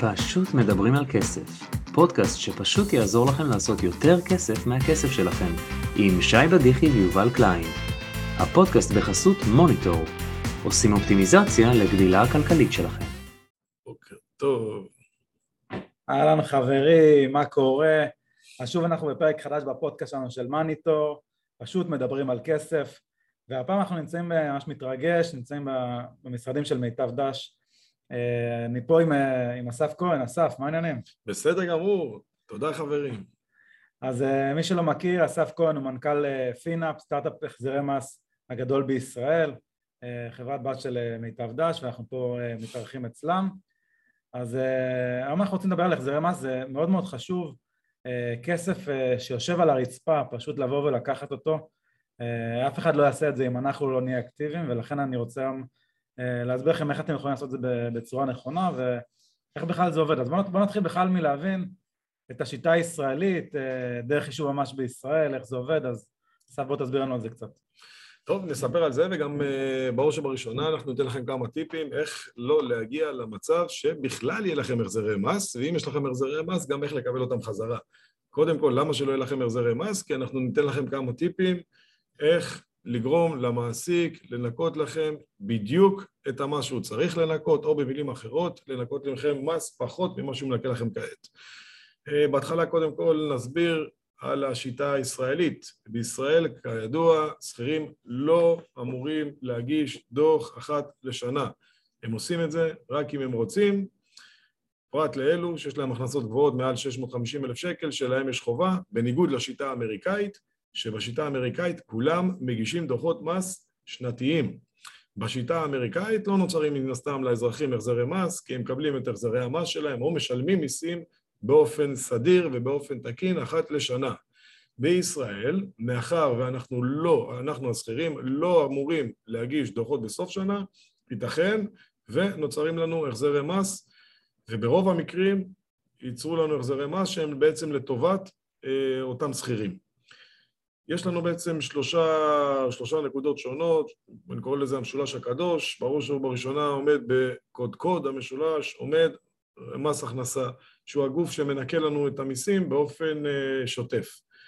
פשוט מדברים על כסף, פודקאסט שפשוט יעזור לכם לעשות יותר כסף מהכסף שלכם, עם שי בדיחי ויובל קליין. הפודקאסט בחסות מוניטור, עושים אופטימיזציה לגדילה הכלכלית שלכם. בוקר טוב. אהלן חברים, מה קורה? אז שוב אנחנו בפרק חדש בפודקאסט שלנו של מוניטור, פשוט מדברים על כסף, והפעם אנחנו נמצאים ממש מתרגש, נמצאים במשרדים של מיטב דש. אני פה עם אסף כהן. אסף, מה העניינים? בסדר גמור, תודה חברים. אז מי שלא מכיר, אסף כהן הוא מנכ"ל פינאפ, סטארט-אפ החזרי מס הגדול בישראל, חברת בת של מיטב דש, ואנחנו פה מתארחים אצלם. אז היום אנחנו רוצים לדבר על החזרי מס, זה מאוד מאוד חשוב, כסף שיושב על הרצפה, פשוט לבוא ולקחת אותו, אף אחד לא יעשה את זה אם אנחנו לא נהיה אקטיביים, ולכן אני רוצה להסביר לכם איך אתם יכולים לעשות את זה בצורה נכונה ואיך בכלל זה עובד. אז בואו נתחיל בכלל מלהבין את השיטה הישראלית, דרך חישוב המס בישראל, איך זה עובד. אז אסף, בוא תסביר לנו על זה קצת. טוב, נספר על זה, וגם בראש ובראשונה אנחנו ניתן לכם כמה טיפים איך לא להגיע למצב שבכלל יהיה לכם החזרי מס, ואם יש לכם החזרי מס גם איך לקבל אותם חזרה. קודם כל, למה שלא יהיה לכם החזרי מס? כי אנחנו ניתן לכם כמה טיפים איך לגרום למעסיק לנקות לכם בדיוק את המס שהוא צריך לנקות, או במילים אחרות, לנקות לכם מס פחות ממה שהוא מנקה לכם כעת. בהתחלה קודם כל נסביר על השיטה הישראלית. בישראל, כידוע, שכירים לא אמורים להגיש דוח אחת לשנה. הם עושים את זה רק אם הם רוצים, פרט לאלו שיש להם הכנסות גבוהות מעל 650,000 שקל, שלהם יש חובה, בניגוד לשיטה האמריקאית, שבשיטה האמריקאית כולם מגישים דוחות מס שנתיים. בשיטה האמריקאית לא נוצרים מן הסתם לאזרחים החזרי מס, כי הם מקבלים את החזרי המס שלהם, או משלמים מיסים באופן סדיר ובאופן תקין אחת לשנה. בישראל, מאחר ואנחנו השכירים לא אמורים להגיש דוחות בסוף שנה, ייתכן ונוצרים לנו החזרי מס, וברוב המקרים ייצרו לנו החזרי מס שהם בעצם לטובת אותם שכירים. יש לנו בעצם שלושה נקודות שונות, אני קורא לזה המשולש הקדוש, ברור שהוא בראשונה עומד בקודקוד, המשולש עומד מס הכנסה, שהוא הגוף שמנקה לנו את המיסים באופן שוטף.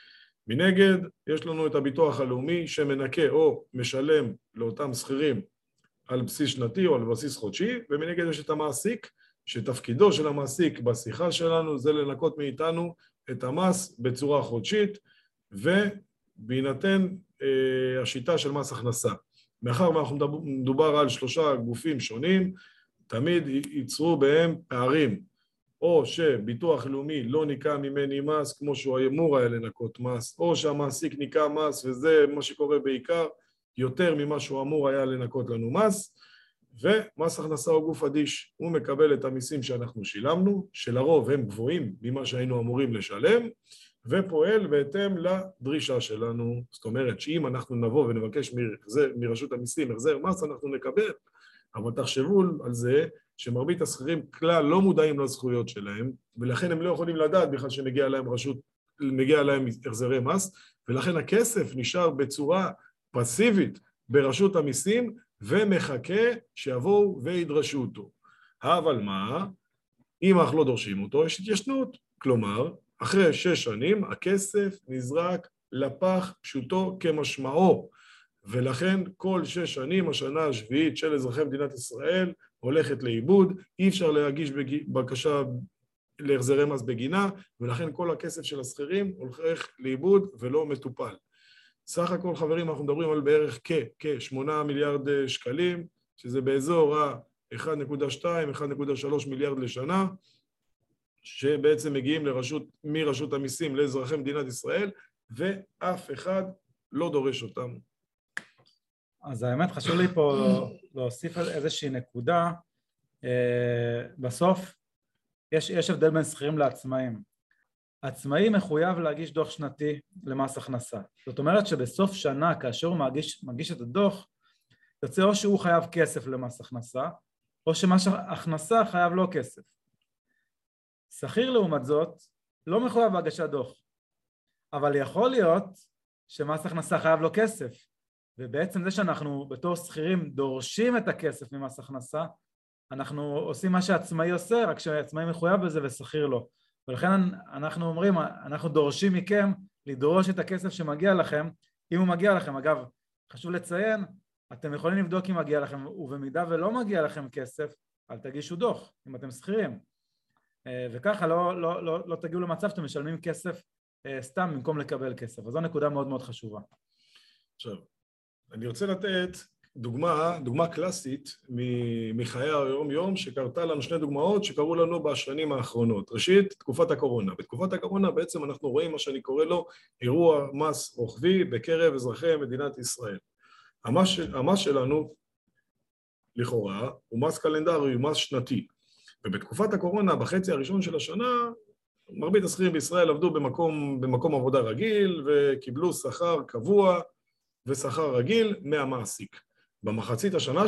מנגד, יש לנו את הביטוח הלאומי שמנקה או משלם לאותם שכירים על בסיס שנתי או על בסיס חודשי, ומנגד יש את המעסיק, שתפקידו של המעסיק בשיחה שלנו זה לנקות מאיתנו את המס בצורה חודשית, ובהינתן השיטה של מס הכנסה. מאחר ואנחנו מדובר על שלושה גופים שונים, תמיד ייצרו בהם פערים, או שביטוח לאומי לא ניקה ממני מס כמו שהוא אמור היה לנקות מס, או שהמעסיק ניקה מס, וזה מה שקורה בעיקר, יותר ממה שהוא אמור היה לנקות לנו מס, ומס הכנסה הוא גוף אדיש, הוא מקבל את המיסים שאנחנו שילמנו, שלרוב הם גבוהים ממה שהיינו אמורים לשלם, ופועל בהתאם לדרישה שלנו. זאת אומרת שאם אנחנו נבוא ונבקש מרשות המיסים החזר מס, אנחנו נקבל, אבל תחשבו על זה שמרבית השכירים כלל לא מודעים לזכויות שלהם, ולכן הם לא יכולים לדעת בכלל שמגיע להם החזרי מס, ולכן הכסף נשאר בצורה פסיבית ברשות המיסים, ומחכה שיבואו וידרשו אותו. אבל מה? אם אנחנו לא דורשים אותו, יש התיישנות. כלומר, אחרי 6 שנים הכסף נזרק לפח פשוטו כמשמעו, ולכן כל 6 שנים, השנה השביעית של אזרחי מדינת ישראל הולכת לאיבוד, אי אפשר להגיש בקשה להחזרי מס בגינה, ולכן כל הכסף של השכירים הולך לאיבוד ולא מטופל. סך הכל חברים, אנחנו מדברים על בערך כ-8 מיליארד שקלים, שזה באזור ה-1.2-1.3 מיליארד לשנה, שבעצם מגיעים מרשות המיסים לאזרחי מדינת ישראל, ואף אחד לא דורש אותם. אז האמת חשוב לי פה להוסיף איזושהי נקודה. בסוף יש הבדל בין שכירים לעצמאים. עצמאי מחויב להגיש דוח שנתי למס הכנסה. זאת אומרת שבסוף שנה, כאשר הוא מגיש את הדוח, יוצא או שהוא חייב כסף למס הכנסה, או שמס הכנסה חייב לו כסף. שכיר לעומת זאת לא מחויב בהגשת דוח, אבל יכול להיות שמס הכנסה חייב לו כסף, ובעצם זה שאנחנו בתור שכירים דורשים את הכסף ממס הכנסה, אנחנו עושים מה שעצמאי עושה, רק שעצמאי מחויב בזה ושכיר לא. ולכן אנחנו אומרים, אנחנו דורשים מכם לדרוש את הכסף שמגיע לכם, אם הוא מגיע לכם. אגב, חשוב לציין, אתם יכולים לבדוק אם מגיע לכם, ובמידה ולא מגיע לכם כסף, אל תגישו דוח, אם אתם שכירים. וככה לא תגיעו למצב שאתם משלמים כסף סתם במקום לקבל כסף. אז זו נקודה מאוד מאוד חשובה. עכשיו, אני רוצה לתת דוגמה קלאסית מחיי היום-יום, שקרתה לנו שני דוגמאות שקרו לנו בשנים האחרונות. ראשית, תקופת הקורונה. בתקופת הקורונה בעצם אנחנו רואים מה שאני קורא לו אירוע מס רוחבי בקרב אזרחי מדינת ישראל. המס שלנו, לכאורה, הוא מס קלנדרי, הוא מס שנתי. ובתקופת הקורונה, בחצי הראשון של השנה, מרבית השכירים בישראל עבדו במקום עבודה רגיל, וקיבלו שכר קבוע ושכר רגיל מהמעסיק. במחצית השנייה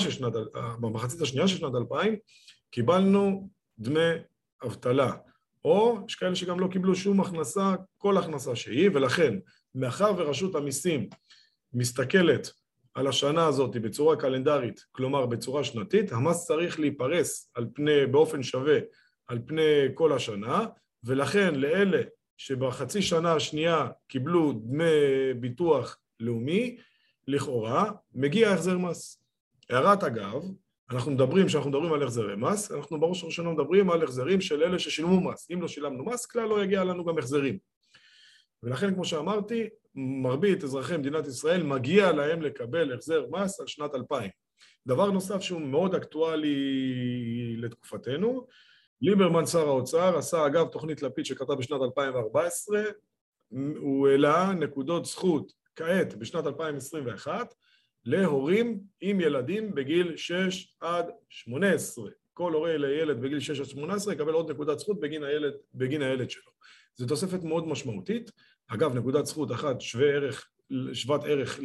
של שנת 2000, קיבלנו דמי אבטלה, או יש כאלה שגם לא קיבלו שום הכנסה, כל הכנסה שהיא, ולכן, מאחר ורשות המיסים מסתכלת על השנה הזאת בצורה קלנדרית, כלומר בצורה שנתית, המס צריך להיפרס באופן שווה על פני כל השנה, ולכן לאלה שבחצי שנה השנייה קיבלו דמי ביטוח לאומי, לכאורה מגיע החזר מס. הערת אגב, כשאנחנו מדברים על החזרי מס, אנחנו בראש ובראשונה מדברים על החזרים של אלה ששילמו מס. אם לא שילמנו מס, כלל לא יגיע לנו גם החזרים. ולכן, כמו שאמרתי, מרבית אזרחי מדינת ישראל מגיע להם לקבל החזר מס על שנת 2000. דבר נוסף שהוא מאוד אקטואלי לתקופתנו, ליברמן שר האוצר עשה אגב תוכנית לפיד שכתב בשנת 2014, הוא העלה נקודות זכות כעת בשנת 2021 להורים עם ילדים בגיל 6 עד 18. כל הורה לילד בגיל 6 עד 18 יקבל עוד נקודת זכות בגין הילד שלו. זו תוספת מאוד משמעותית. אגב, נקודת זכות אחת שוות ערך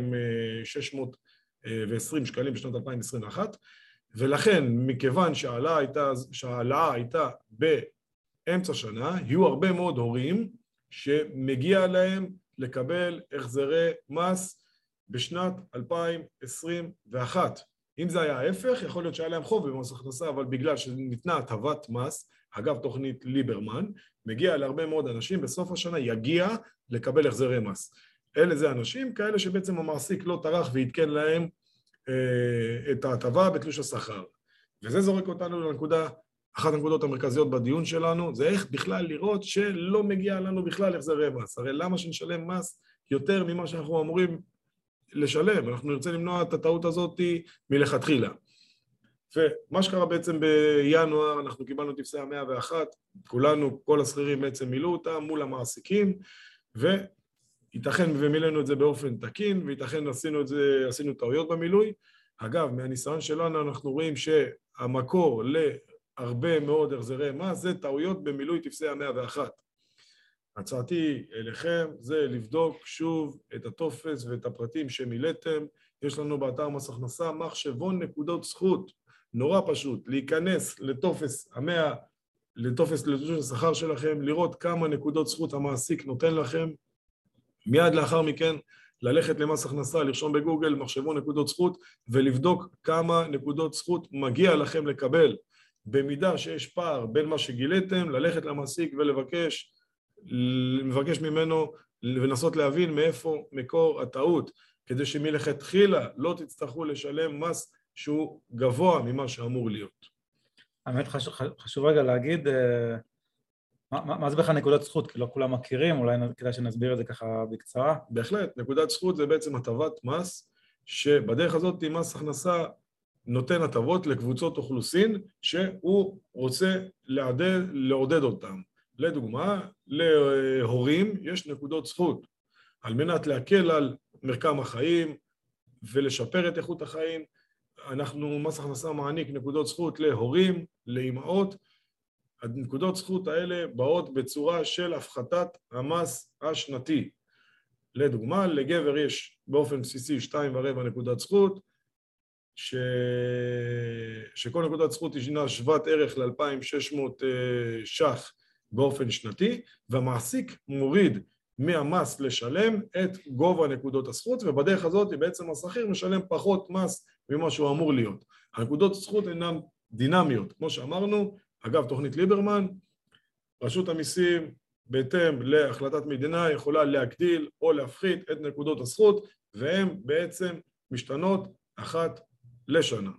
ל-2,620 שקלים בשנת 2021, ולכן מכיוון שההעלאה הייתה באמצע שנה, יהיו הרבה מאוד הורים שמגיע להם לקבל החזרי מס בשנת 2021. אם זה היה ההפך, יכול להיות שהיה להם חוב במס הכנסה, אבל בגלל שניתנה הטבת מס, אגב תוכנית ליברמן, מגיע להרבה מאוד אנשים, בסוף השנה יגיע לקבל החזרי מס. אלה זה אנשים כאלה שבעצם המעסיק לא טרח והתקן להם את ההטבה בתלוש השכר. וזה זורק אותנו אחת הנקודות המרכזיות בדיון שלנו, זה איך בכלל לראות שלא מגיע לנו בכלל החזרי מס. הרי למה שנשלם מס יותר ממה שאנחנו אמורים לשלם? אנחנו נרצה למנוע את הטעות הזאת מלכתחילה. ומה שקרה בעצם בינואר, אנחנו קיבלנו טפסי 101, כל השכירים בעצם מילאו אותם מול המעסיקים, וייתכן ומילאנו את זה באופן תקין, וייתכן עשינו טעויות במילוי. אגב, מהניסיון שלנו אנחנו רואים שהמקור להרבה מאוד החזרי מס זה טעויות במילוי טפסי 101. הצעתי אליכם זה לבדוק שוב את הטופס ואת הפרטים שמילאתם. יש לנו באתר מס הכנסה מחשבון נקודות זכות, נורא פשוט, להיכנס לטופס השכר שלכם, לראות כמה נקודות זכות המעסיק נותן לכם, מיד לאחר מכן ללכת למס הכנסה, לרשום בגוגל מחשבון נקודות זכות, ולבדוק כמה נקודות זכות מגיע לכם לקבל. במידה שיש פער בין מה שגיליתם, ללכת למעסיק ולבקש ממנו ולנסות להבין מאיפה מקור הטעות, כדי שמלכתחילה לא תצטרכו לשלם מס שהוא גבוה ממה שאמור להיות. האמת חשוב רגע להגיד, מה זה בכלל נקודת זכות? כי לא כולם מכירים, אולי כדאי שנסביר את זה ככה בקצרה. בהחלט, נקודת זכות זה בעצם הטבת מס, שבדרך הזאת מס הכנסה נותן הטבות לקבוצות אוכלוסין, שהוא רוצה לעודד אותם. לדוגמה, להורים יש נקודות זכות, על מנת להקל על מרקם החיים ולשפר את איכות החיים. מס הכנסה מעניק נקודות זכות להורים, לאמהות. הנקודות זכות האלה באות בצורה של הפחתת המס השנתי. לדוגמה, לגבר יש באופן בסיסי 2.25 נקודת זכות, שכל נקודת זכות היא שוות ערך ל-2,600 ש"ח באופן שנתי, והמעסיק מוריד מהמס לשלם את גובה נקודות הזכות, ובדרך הזאת בעצם השכיר משלם פחות מס ממה שהוא אמור להיות. הנקודות זכות אינן דינמיות. כמו שאמרנו, אגב, תוכנית ליברמן, רשות המיסים, בהתאם להחלטת מדינה, יכולה להגדיל או להפחית את נקודות הזכות, והן בעצם משתנות אחת לשנה.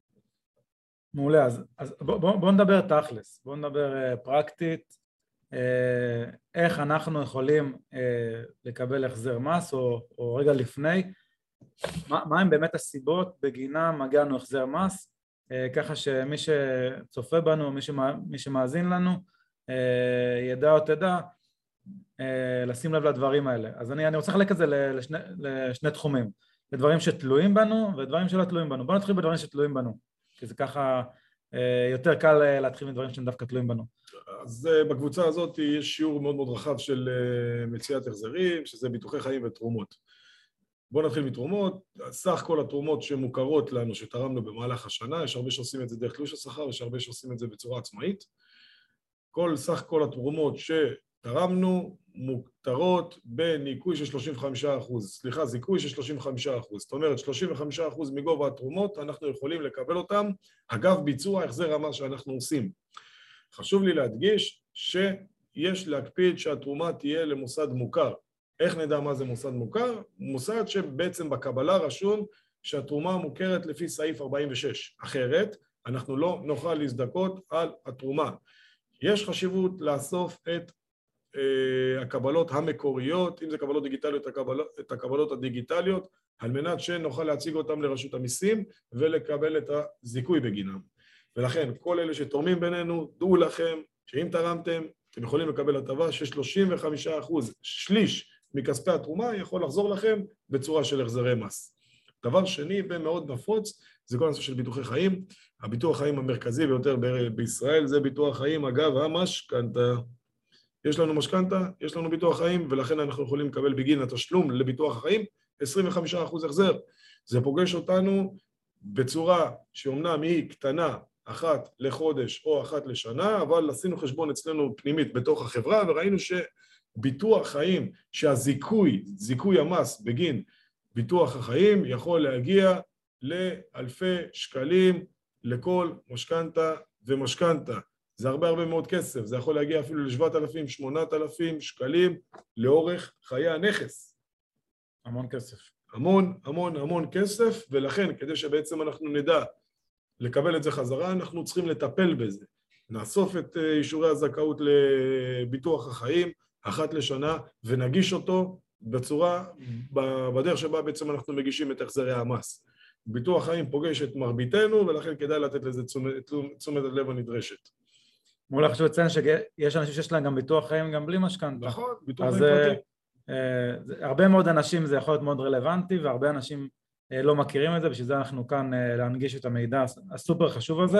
מעולה, אז בוא נדבר תכלס, בוא נדבר פרקטית, איך אנחנו יכולים לקבל החזר מס, או רגע לפני, מה הם באמת הסיבות בגינם מגיע לנו החזר מס, ככה שמי שצופה בנו, מי שמאזין לנו, ידע או תדע, לשים לב לדברים האלה. אז אני רוצה לחלק את זה לשני תחומים, לדברים שתלויים בנו ודברים שלא תלויים בנו. בוא נתחיל בדברים שתלויים בנו, כי זה ככה יותר קל להתחיל מדברים שהם דווקא תלויים בנו. אז בקבוצה הזאת יש שיעור מאוד מאוד רחב של מציאת החזרים, שזה ביטוחי חיים ותרומות. בואו נתחיל מתרומות. סך כל התרומות שמוכרות לנו, שתרמנו במהלך השנה, יש הרבה שעושים את זה דרך תלוש השכר, יש הרבה שעושים את זה בצורה עצמאית. סך כל התרומות שתרמנו מוכתרות בניכוי של 35%, סליחה, זיכוי של 35%. זאת אומרת, 35% מגובה התרומות אנחנו יכולים לקבל אותם, אגב ביצוע החזר המס שאנחנו עושים. חשוב לי להדגיש שיש להקפיד שהתרומה תהיה למוסד מוכר. איך נדע מה זה מוסד מוכר? מוסד שבעצם בקבלה רשום שהתרומה מוכרת לפי סעיף 46. אחרת, אנחנו לא נוכל להזדכות על התרומה. יש חשיבות לאסוף את הקבלות המקוריות, אם זה קבלות דיגיטליות, את הקבלות הדיגיטליות, על מנת שנוכל להציג אותם לרשות המיסים ולקבל את הזיכוי בגינם. ולכן, כל אלה שתורמים בינינו, דעו לכם שאם תרמתם, אתם יכולים לקבל הטבה ש35%, שליש מכספי התרומה, יכול לחזור לכם בצורה של החזרי מס. דבר שני ומאוד נפוץ, זה כל הנושא של ביטוחי חיים. הביטוח חיים המרכזי ביותר בישראל זה ביטוח חיים, אגב, המשכנתא. יש לנו משכנתא, יש לנו ביטוח חיים, ולכן אנחנו יכולים לקבל בגין התשלום לביטוח החיים 25% החזר. זה פוגש אותנו בצורה שאומנם היא קטנה, אחת לחודש או אחת לשנה, אבל עשינו חשבון אצלנו פנימית בתוך החברה, וראינו שביטוח חיים, זיכוי המס בגין ביטוח החיים יכול להגיע לאלפי שקלים לכל משכנתא ומשכנתא. זה הרבה מאוד כסף, זה יכול להגיע אפילו ל7,000, 8,000 שקלים לאורך חיי הנכס. המון כסף. המון כסף, ולכן כדי שבעצם אנחנו נדע לקבל את זה חזרה, אנחנו צריכים לטפל בזה. נאסוף את אישורי הזכאות לביטוח החיים אחת לשנה, ונגיש אותו בדרך שבה בעצם אנחנו מגישים את החזרי המס. ביטוח חיים פוגש את מרביתנו, ולכן כדאי לתת לזה תשומת הלב הנדרשת. מולה חשוב לציין שיש אנשים שיש להם גם ביטוח חיים גם בלי משכנתא. נכון, ביטוח חיים פרטי. הרבה מאוד אנשים זה יכול להיות מאוד רלוונטי, והרבה אנשים לא מכירים את זה, בשביל זה אנחנו כאן להנגיש את המידע הסופר חשוב הזה.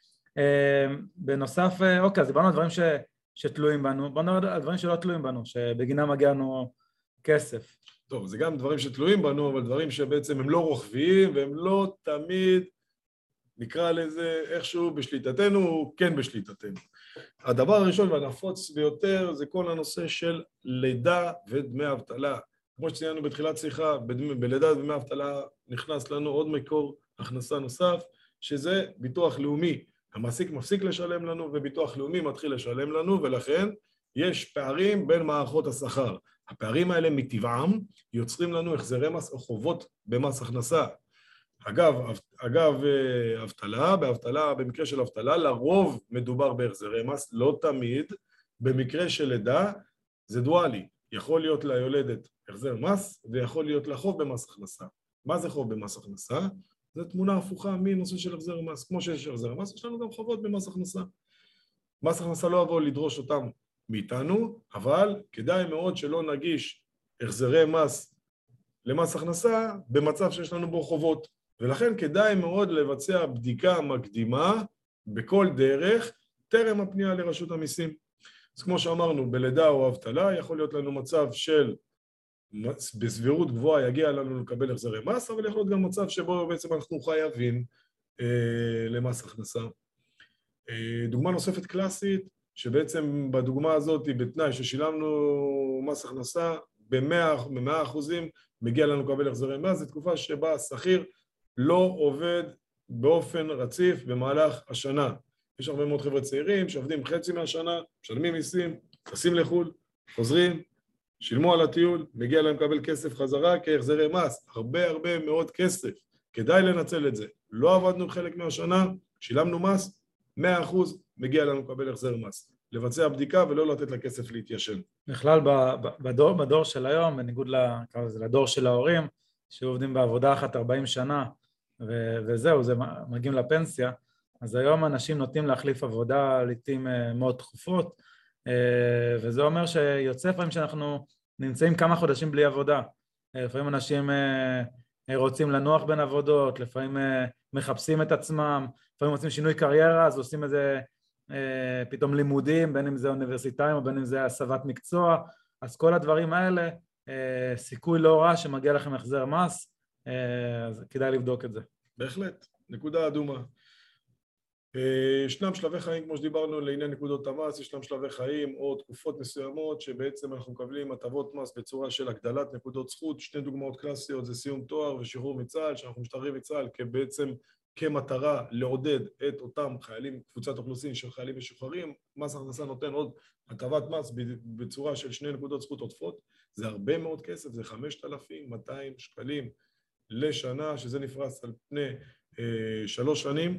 בנוסף, אוקיי, אז דיברנו על דברים שתלויים בנו, בוא נדבר על דברים שלא תלויים בנו, שבגינם מגיע לנו כסף. טוב, זה גם דברים שתלויים בנו, אבל דברים שבעצם הם לא רוחביים, והם לא תמיד, נקרא לזה איכשהו בשליטתנו, כן בשליטתנו. הדבר הראשון והנפוץ ביותר זה כל הנושא של לידה ודמי אבטלה. כמו שציינו בתחילת שיחה, בלידה ודמי אבטלה נכנס לנו עוד מקור הכנסה נוסף, שזה ביטוח לאומי. המעסיק מפסיק לשלם לנו וביטוח לאומי מתחיל לשלם לנו, ולכן יש פערים בין מערכות השכר. הפערים האלה מטבעם יוצרים לנו החזרי מס או חובות במס הכנסה. אגב, באבטלה, במקרה של אבטלה, לרוב מדובר בהחזרי מס, לא תמיד. במקרה של לידה זה דואלי. יכול להיות ליולדת החזר מס ויכול להיות לה חוב במס הכנסה. מה זה חוב במס הכנסה? זו תמונה הפוכה מנושא של החזר מס. כמו שיש החזר מס, יש לנו גם חובות במס הכנסה. מס הכנסה לא יבוא לדרוש אותם מאיתנו, אבל כדאי מאוד שלא נגיש החזרי מס למס הכנסה במצב שיש לנו בו חובות. ולכן כדאי מאוד לבצע בדיקה מקדימה בכל דרך, טרם הפנייה לרשות המיסים. אז כמו שאמרנו, בלידה או אבטלה יכול להיות לנו מצב של בסבירות גבוהה יגיע לנו לקבל החזרי מס, אבל יכול להיות גם מצב שבו בעצם אנחנו חייבים למס הכנסה. דוגמה נוספת קלאסית, שבעצם בדוגמה הזאת בתנאי ששילמנו מס הכנסה ב100% מגיע לנו לקבל החזרי מס, זו תקופה שבה השכיר לא עובד באופן רציף במהלך השנה. יש הרבה מאוד חבר'ה צעירים שעובדים חצי מהשנה, משלמים מיסים, טסים לחו"ל, חוזרים, שילמו על הטיול, מגיע להם לקבל כסף חזרה כהחזרי מס, הרבה מאוד כסף, כדאי לנצל את זה. לא עבדנו חלק מהשנה, שילמנו מס, 100% מגיע לנו לקבל החזר מס. לבצע בדיקה ולא לתת לכסף להתיישן. בכלל בדור של היום, בניגוד לדור של ההורים, שעובדים בעבודה אחת 40 שנה, וזהו, זה מגיעים לפנסיה, אז היום אנשים נוטים להחליף עבודה לעתים מאוד תכופות, וזה אומר שיוצא פעמים שאנחנו נמצאים כמה חודשים בלי עבודה. לפעמים אנשים רוצים לנוח בין עבודות, לפעמים מחפשים את עצמם, לפעמים עושים שינוי קריירה, אז עושים איזה פתאום לימודים, בין אם זה אוניברסיטאים או בין אם זה הסבת מקצוע, אז כל הדברים האלה, סיכוי לא רע שמגיע לכם החזר מס, אז כדאי לבדוק את זה. בהחלט, נקודה אדומה. ישנם שלבי חיים, כמו שדיברנו לעניין נקודות המס, ישנם שלבי חיים או תקופות מסוימות שבעצם אנחנו מקבלים הטבות מס בצורה של הגדלת נקודות זכות. שתי דוגמאות קלאסיות זה סיום תואר ושחרור מצה"ל, שאנחנו משתחררים מצה"ל בעצם כמטרה לעודד את אותם חיילים, קבוצת אוכלוסין של חיילים משוחררים. מס הכנסה נותן עוד הטבת מס בצורה של 2 נקודות זכות עודפות. זה הרבה מאוד כסף, זה 5,200 שקלים לשנה, שזה נפרס על פני 3 שנים.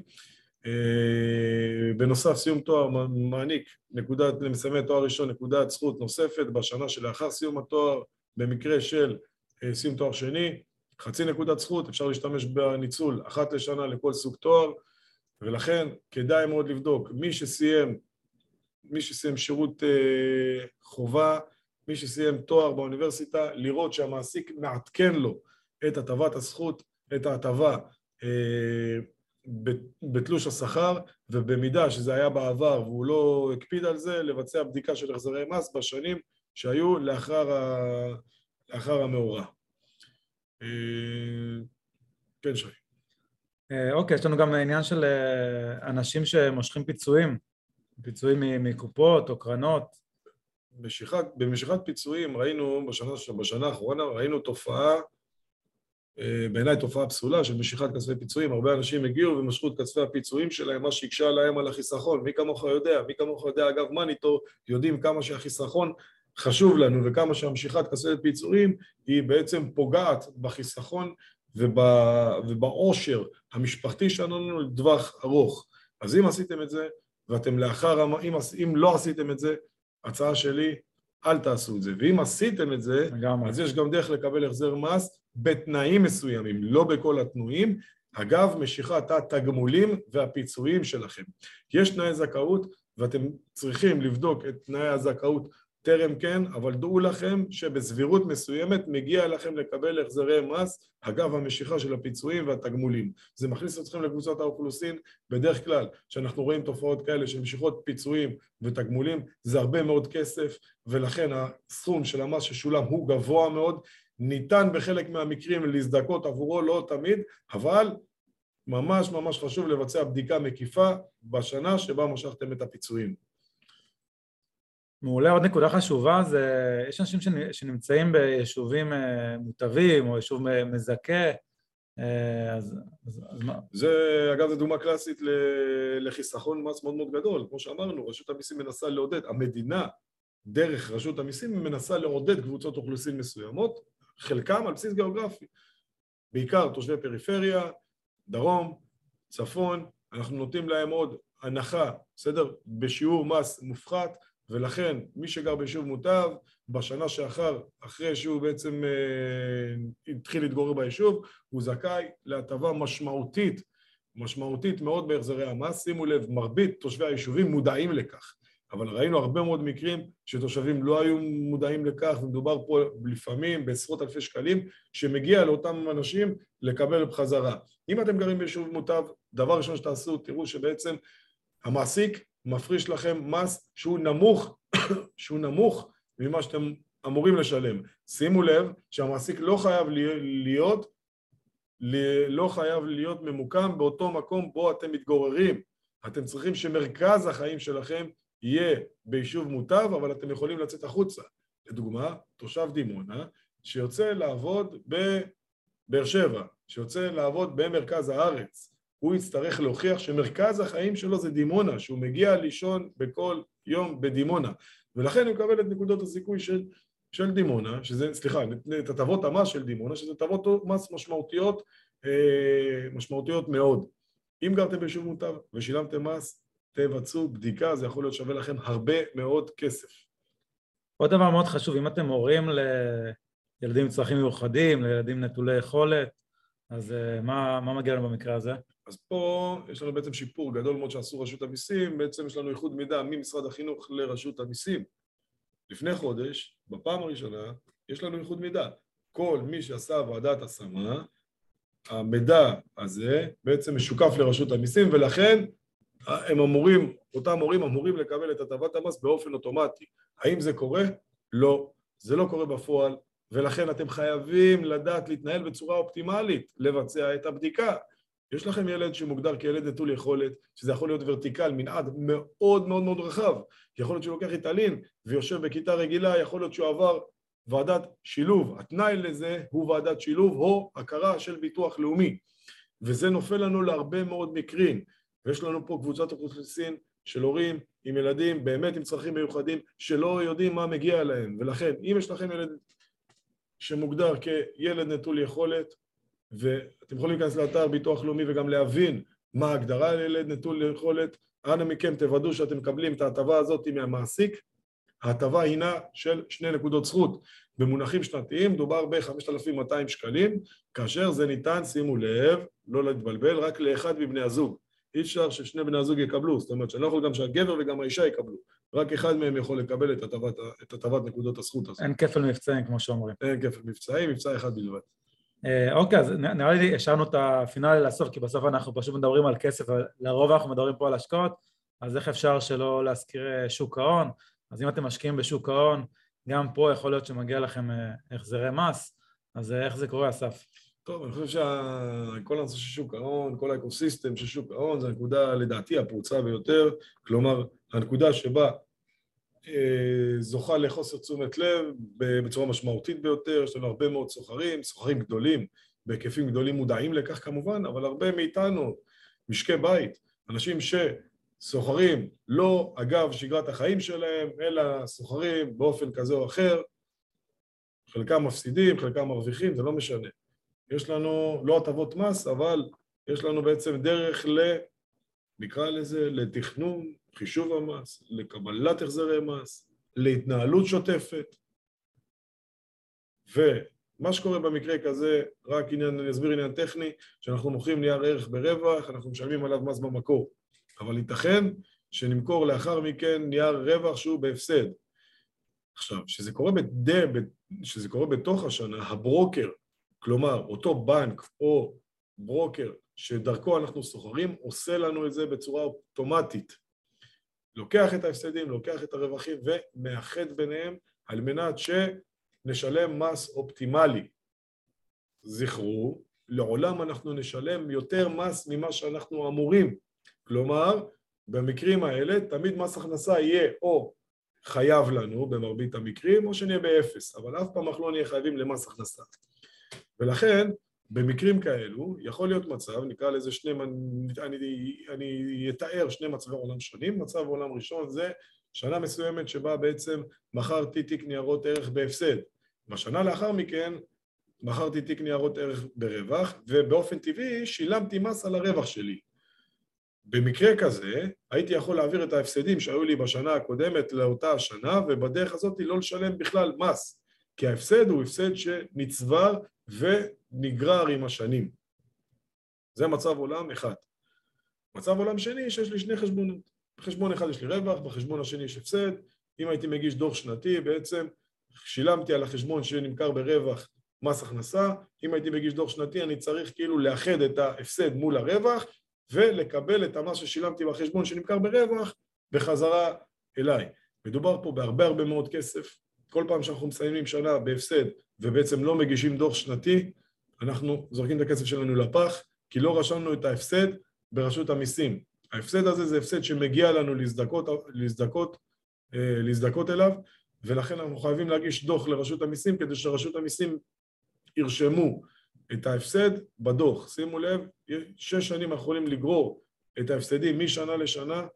בנוסף, סיום תואר מעניק למסיימי תואר ראשון נקודת זכות נוספת בשנה שלאחר סיום התואר. במקרה של סיום תואר שני, 0.5 נקודת זכות, אפשר להשתמש בניצול 1 לשנה לכל סוג תואר, ולכן כדאי מאוד לבדוק מי שסיים שירות חובה, מי שסיים תואר באוניברסיטה, לראות שהמעסיק מעדכן לו את הטבת הזכות, את ההטבה בתלוש השכר, ובמידה שזה היה בעבר והוא לא הקפיד על זה, לבצע בדיקה של החזרי מס בשנים שהיו לאחר המאורע. כן, שי. אוקיי, יש לנו גם עניין של אנשים שמושכים פיצויים מקופות או קרנות. במשיכת פיצויים ראינו בשנה האחרונה, ראינו תופעה, בעיניי תופעה פסולה של משיכת כספי פיצויים. הרבה אנשים הגיעו ומשכו את כספי הפיצויים שלהם, מה שהקשה להם על החיסכון. מי כמוך יודע, אגב מניטור, יודעים כמה שהחיסכון חשוב לנו וכמה שהמשיכת כספי פיצויים היא בעצם פוגעת בחיסכון ובעושר המשפחתי שלנו לטווח ארוך. אז אם עשיתם את זה, אם לא עשיתם את זה, הצעה שלי, אל תעשו את זה. ואם עשיתם את זה, אז יש גם דרך לקבל החזר מס בתנאים מסוימים, לא בכל התנועים, אגב משיכת התגמולים והפיצויים שלכם. יש תנאי זכאות, ואתם צריכים לבדוק את תנאי הזכאות טרם כן, אבל דעו לכם שבסבירות מסוימת מגיע לכם לקבל החזרי מס, אגב המשיכה של הפיצויים והתגמולים. זה מכניס אתכם לקבוצת האוכלוסין. בדרך כלל, כשאנחנו רואים תופעות כאלה של משיכות פיצויים ותגמולים, זה הרבה מאוד כסף, ולכן הסכום של המס ששולם הוא גבוה מאוד, ניתן בחלק מהמקרים להזדכות עבורו, לא תמיד, אבל ממש חשוב לבצע בדיקה מקיפה בשנה שבה משכתם את הפיצויים. מעולה. עוד נקודה חשובה זה, יש אנשים שנמצאים ביישובים מוטבים או יישוב מזכה, אז מה? זה, אגב, זו דוגמה קלאסית לחיסכון מס מאוד מאוד גדול. כמו שאמרנו, רשות המיסים מנסה לעודד, המדינה דרך רשות המיסים מנסה לעודד קבוצות אוכלוסין מסוימות, חלקם על בסיס גיאוגרפי, בעיקר תושבי פריפריה, דרום, צפון. אנחנו נותנים להם עוד הנחה, בסדר? בשיעור מס מופחת, ולכן מי שגר ביישוב מוטב, בשנה אחרי שהוא בעצם התחיל להתגורר ביישוב, הוא זכאי להטבה משמעותית מאוד בהחזרי המס. שימו לב, מרבית תושבי היישובים מודעים לכך, אבל ראינו הרבה מאוד מקרים שתושבים לא היו מודעים לכך, ומדובר פה לפעמים בעשרות אלפי שקלים, שמגיע לאותם אנשים לקבל בחזרה. אם אתם גרים ביישוב מוטב, דבר ראשון שתעשו, תראו שבעצם המעסיק מפריש לכם מס שהוא נמוך ממה שאתם אמורים לשלם. שימו לב שהמעסיק לא חייב להיות ממוקם באותו מקום בו אתם מתגוררים. אתם צריכים שמרכז החיים שלכם יהיה ביישוב מוטב, אבל אתם יכולים לצאת החוצה. לדוגמה, תושב דימונה שיוצא לעבוד בבאר שבע, שיוצא לעבוד במרכז הארץ, הוא יצטרך להוכיח שמרכז החיים שלו זה דימונה, שהוא מגיע לישון בכל יום בדימונה, ולכן הוא מקבל את נקודות הזיכוי של דימונה, שזה, סליחה, את הטבות המס של דימונה, שזה הטבות מס משמעותיות מאוד. אם גרתם ביישוב מוטב ושילמתם מס, תבצעו בדיקה, זה יכול להיות שווה לכם הרבה מאוד כסף. עוד דבר מאוד חשוב, אם אתם הורים לילדים עם צרכים מיוחדים, לילדים נטולי יכולת, אז מה מגיע לנו במקרה הזה? אז פה יש לנו בעצם שיפור גדול מאוד שעשו רשות המיסים, בעצם יש לנו איחוד מידע ממשרד החינוך לרשות המיסים. לפני חודש, בפעם הראשונה, יש לנו איחוד מידע. כל מי שעשה ועדת השמה, המידע הזה בעצם משוקף לרשות המיסים, ולכן אותם הורים אמורים לקבל את הטבת המס באופן אוטומטי. האם זה קורה? לא. זה לא קורה בפועל, ולכן אתם חייבים לדעת להתנהל בצורה אופטימלית, לבצע את הבדיקה. יש לכם ילד שמוגדר כילד נטול יכולת, שזה יכול להיות ורטיקל, מנעד מאוד מאוד מאוד רחב. יכול להיות שהוא לוקח ריטלין ויושב בכיתה רגילה, יכול להיות שהוא עבר ועדת שילוב. התנאי לזה הוא ועדת שילוב או הכרה של ביטוח לאומי. וזה נופל לנו להרבה מאוד מקרים. ויש לנו פה קבוצת אוכלוסין של הורים עם ילדים באמת עם צרכים מיוחדים שלא יודעים מה מגיע להם. ולכן, אם יש לכם ילד שמוגדר כילד נטול יכולת, ואתם יכולים להיכנס לאתר ביטוח לאומי וגם להבין מה ההגדרה לילד נטול יכולת, אנא מכם תוודאו שאתם מקבלים את ההטבה הזאת מהמעסיק. ההטבה הינה של 2 נקודות זכות. במונחים שנתיים דובר ב-5,200 שקלים, כאשר זה ניתן, שימו לב, לא להתבלבל, רק לאחד מבני הזוג. אי אפשר ששני בני הזוג יקבלו, זאת אומרת שאני לא יכול גם שהגבר וגם האישה יקבלו, רק אחד מהם יכול לקבל את הטבת נקודות הזכות הזאת. אין כפל מבצעים כמו שאומרים. אין כפל מבצעים, מבצע אחד בלבד. אוקיי, אז נראה לי השארנו את הפינאלי לסוף, כי בסוף אנחנו פשוט מדברים על כסף, לרוב אנחנו מדברים פה על השקעות, אז איך אפשר שלא להזכיר שוק ההון? אז אם אתם משקיעים בשוק ההון, גם פה יכול להיות שמגיע לכם החזרי מס, אז איך זה קורה, אסף? טוב, אני חושב שכל הנושא של שוק ההון, כל האקוסיסטם של שוק ההון, זו הנקודה לדעתי הפרוצה ביותר, כלומר, הנקודה שבה זוכה לחוסר תשומת לב בצורה משמעותית ביותר, יש לנו הרבה מאוד סוחרים גדולים, בהיקפים גדולים מודעים לכך כמובן, אבל הרבה מאיתנו, משקי בית, אנשים שסוחרים לא אגב שגרת החיים שלהם, אלא סוחרים באופן כזה או אחר, חלקם מפסידים, חלקם מרוויחים, זה לא משנה. יש לנו לא הטבות מס, אבל יש לנו בעצם דרך נקרא לזה, לתכנון, חישוב המס, לקבלת החזרי מס, להתנהלות שוטפת. ומה שקורה במקרה כזה, רק אני אסביר עניין טכני, שאנחנו מוכרים נייר ערך ברווח, אנחנו משלמים עליו מס במקור. אבל ייתכן שנמכור לאחר מכן נייר רווח שהוא בהפסד. עכשיו, שזה קורה בתוך השנה, הברוקר, כלומר, אותו בנק או ברוקר שדרכו אנחנו סוחרים, עושה לנו את זה בצורה אוטומטית. לוקח את ההפסדים, לוקח את הרווחים ומאחד ביניהם על מנת שנשלם מס אופטימלי. זכרו, לעולם אנחנו נשלם יותר מס ממה שאנחנו אמורים. כלומר, במקרים האלה תמיד מס הכנסה יהיה או חייב לנו במרבית המקרים או שנהיה באפס, אבל אף פעם אנחנו לא נהיה חייבים למס הכנסה. ולכן, במקרים כאלו, יכול להיות מצב, נקרא לזה אני אתאר שני מצבי עולם שונים. מצב עולם ראשון זה שנה מסוימת שבה בעצם מכרתי תיק ניירות ערך בהפסד. בשנה לאחר מכן, מכרתי תיק ניירות ערך ברווח, ובאופן טבעי שילמתי מס על הרווח שלי. במקרה כזה, הייתי יכול להעביר את ההפסדים שהיו לי בשנה הקודמת לאותה השנה, ובדרך הזאת לא לשלם בכלל מס, כי ההפסד הוא הפסד שנצבר ונגרר עם השנים. זה מצב עולם אחד. מצב עולם שני שיש לי שני חשבונות. בחשבון אחד יש לי רווח, בחשבון השני יש הפסד. אם הייתי מגיש דוח שנתי, בעצם שילמתי על החשבון שנמכר ברווח מס הכנסה. אם הייתי מגיש דוח שנתי, אני צריך כאילו לאחד את ההפסד מול הרווח, ולקבל את המס ששילמתי בחשבון שנמכר ברווח בחזרה אליי. מדובר פה בהרבה מאוד כסף. כל פעם שאנחנו מסיימים שנה בהפסד ובעצם לא מגישים דוח שנתי, אנחנו זורקים את הכסף שלנו לפח, כי לא רשמנו את ההפסד ברשות המיסים. ההפסד הזה זה הפסד שמגיע לנו להזדכות אליו, ולכן אנחנו חייבים להגיש דוח לרשות המיסים, כדי שרשות המיסים ירשמו את ההפסד בדוח. שימו לב, 6 שנים אנחנו יכולים לגרור את ההפסדים משנה לשנה,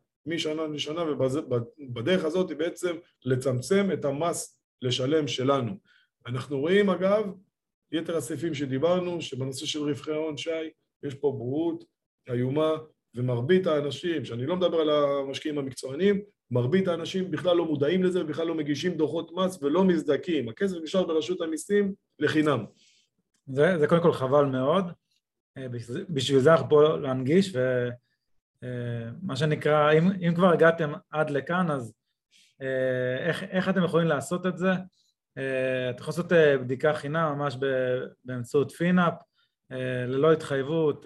ובדרך הזאת היא בעצם לצמצם את המס לשלם שלנו. אנחנו רואים אגב, יתר הסעיפים שדיברנו, שבנושא של רווחי ההון, שי, יש פה בורות, איומה, ומרבית האנשים, שאני לא מדבר על המשקיעים המקצוענים, מרבית האנשים בכלל לא מודעים לזה, בכלל לא מגישים דוחות מס ולא מזדקים. הכסף נשאר ברשות המיסים לחינם. זה קודם כל חבל מאוד. בשביל זה אנחנו פה להנגיש, ומה שנקרא, אם כבר הגעתם עד לכאן, אז איך אתם יכולים לעשות את זה? אתם יכולים לעשות בדיקה חינם ממש באמצעות פינאפ, ללא התחייבות,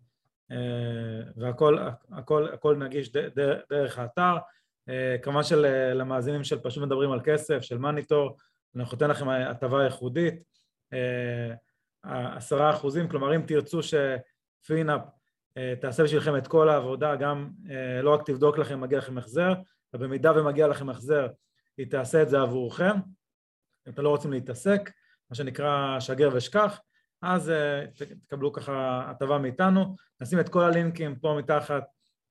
והכל נגיש דרך האתר. כמובן למאזינים של פשוט מדברים על כסף, של מוניטור, אנחנו נותן לכם הטבה ייחודית, 10%, כלומר אם תרצו שפינאפ תעשה בשבילכם את כל העבודה, גם לא רק תבדוק לכם, מגיע לכם החזר, ובמידה ומגיע לכם החזר, היא תעשה את זה עבורכם. אם אתם לא רוצים להתעסק, מה שנקרא שגר ושכח, אז תקבלו ככה הטבה מאיתנו. נשים את כל הלינקים פה מתחת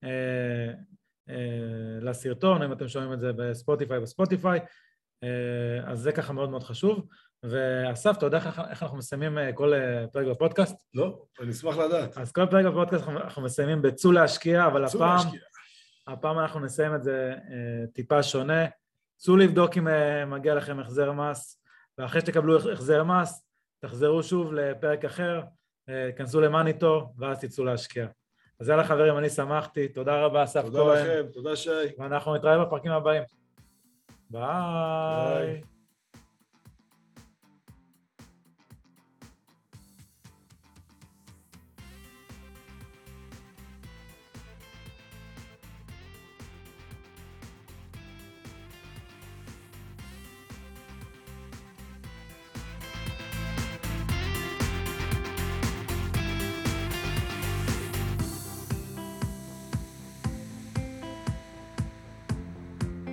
לסרטון, אם אתם שומעים את זה בספוטיפיי, אז זה ככה מאוד מאוד חשוב. ואסף, אתה יודע איך אנחנו מסיימים כל פרק בפודקאסט? לא, אני אשמח לדעת. אז כל פרק בפודקאסט אנחנו מסיימים בצאו להשקיע, אבל הפעם אנחנו נסיים את זה טיפה שונה. צאו לבדוק אם מגיע לכם החזר מס, ואחרי שתקבלו החזר מס, תחזרו שוב לפרק אחר, כנסו למוניטור, ואז תצאו להשקיע. אז יאללה חברים, אני שמחתי, תודה רבה אסף כהן. תודה לכם, תודה שי. ואנחנו נתראה בפרקים הבאים. ביי.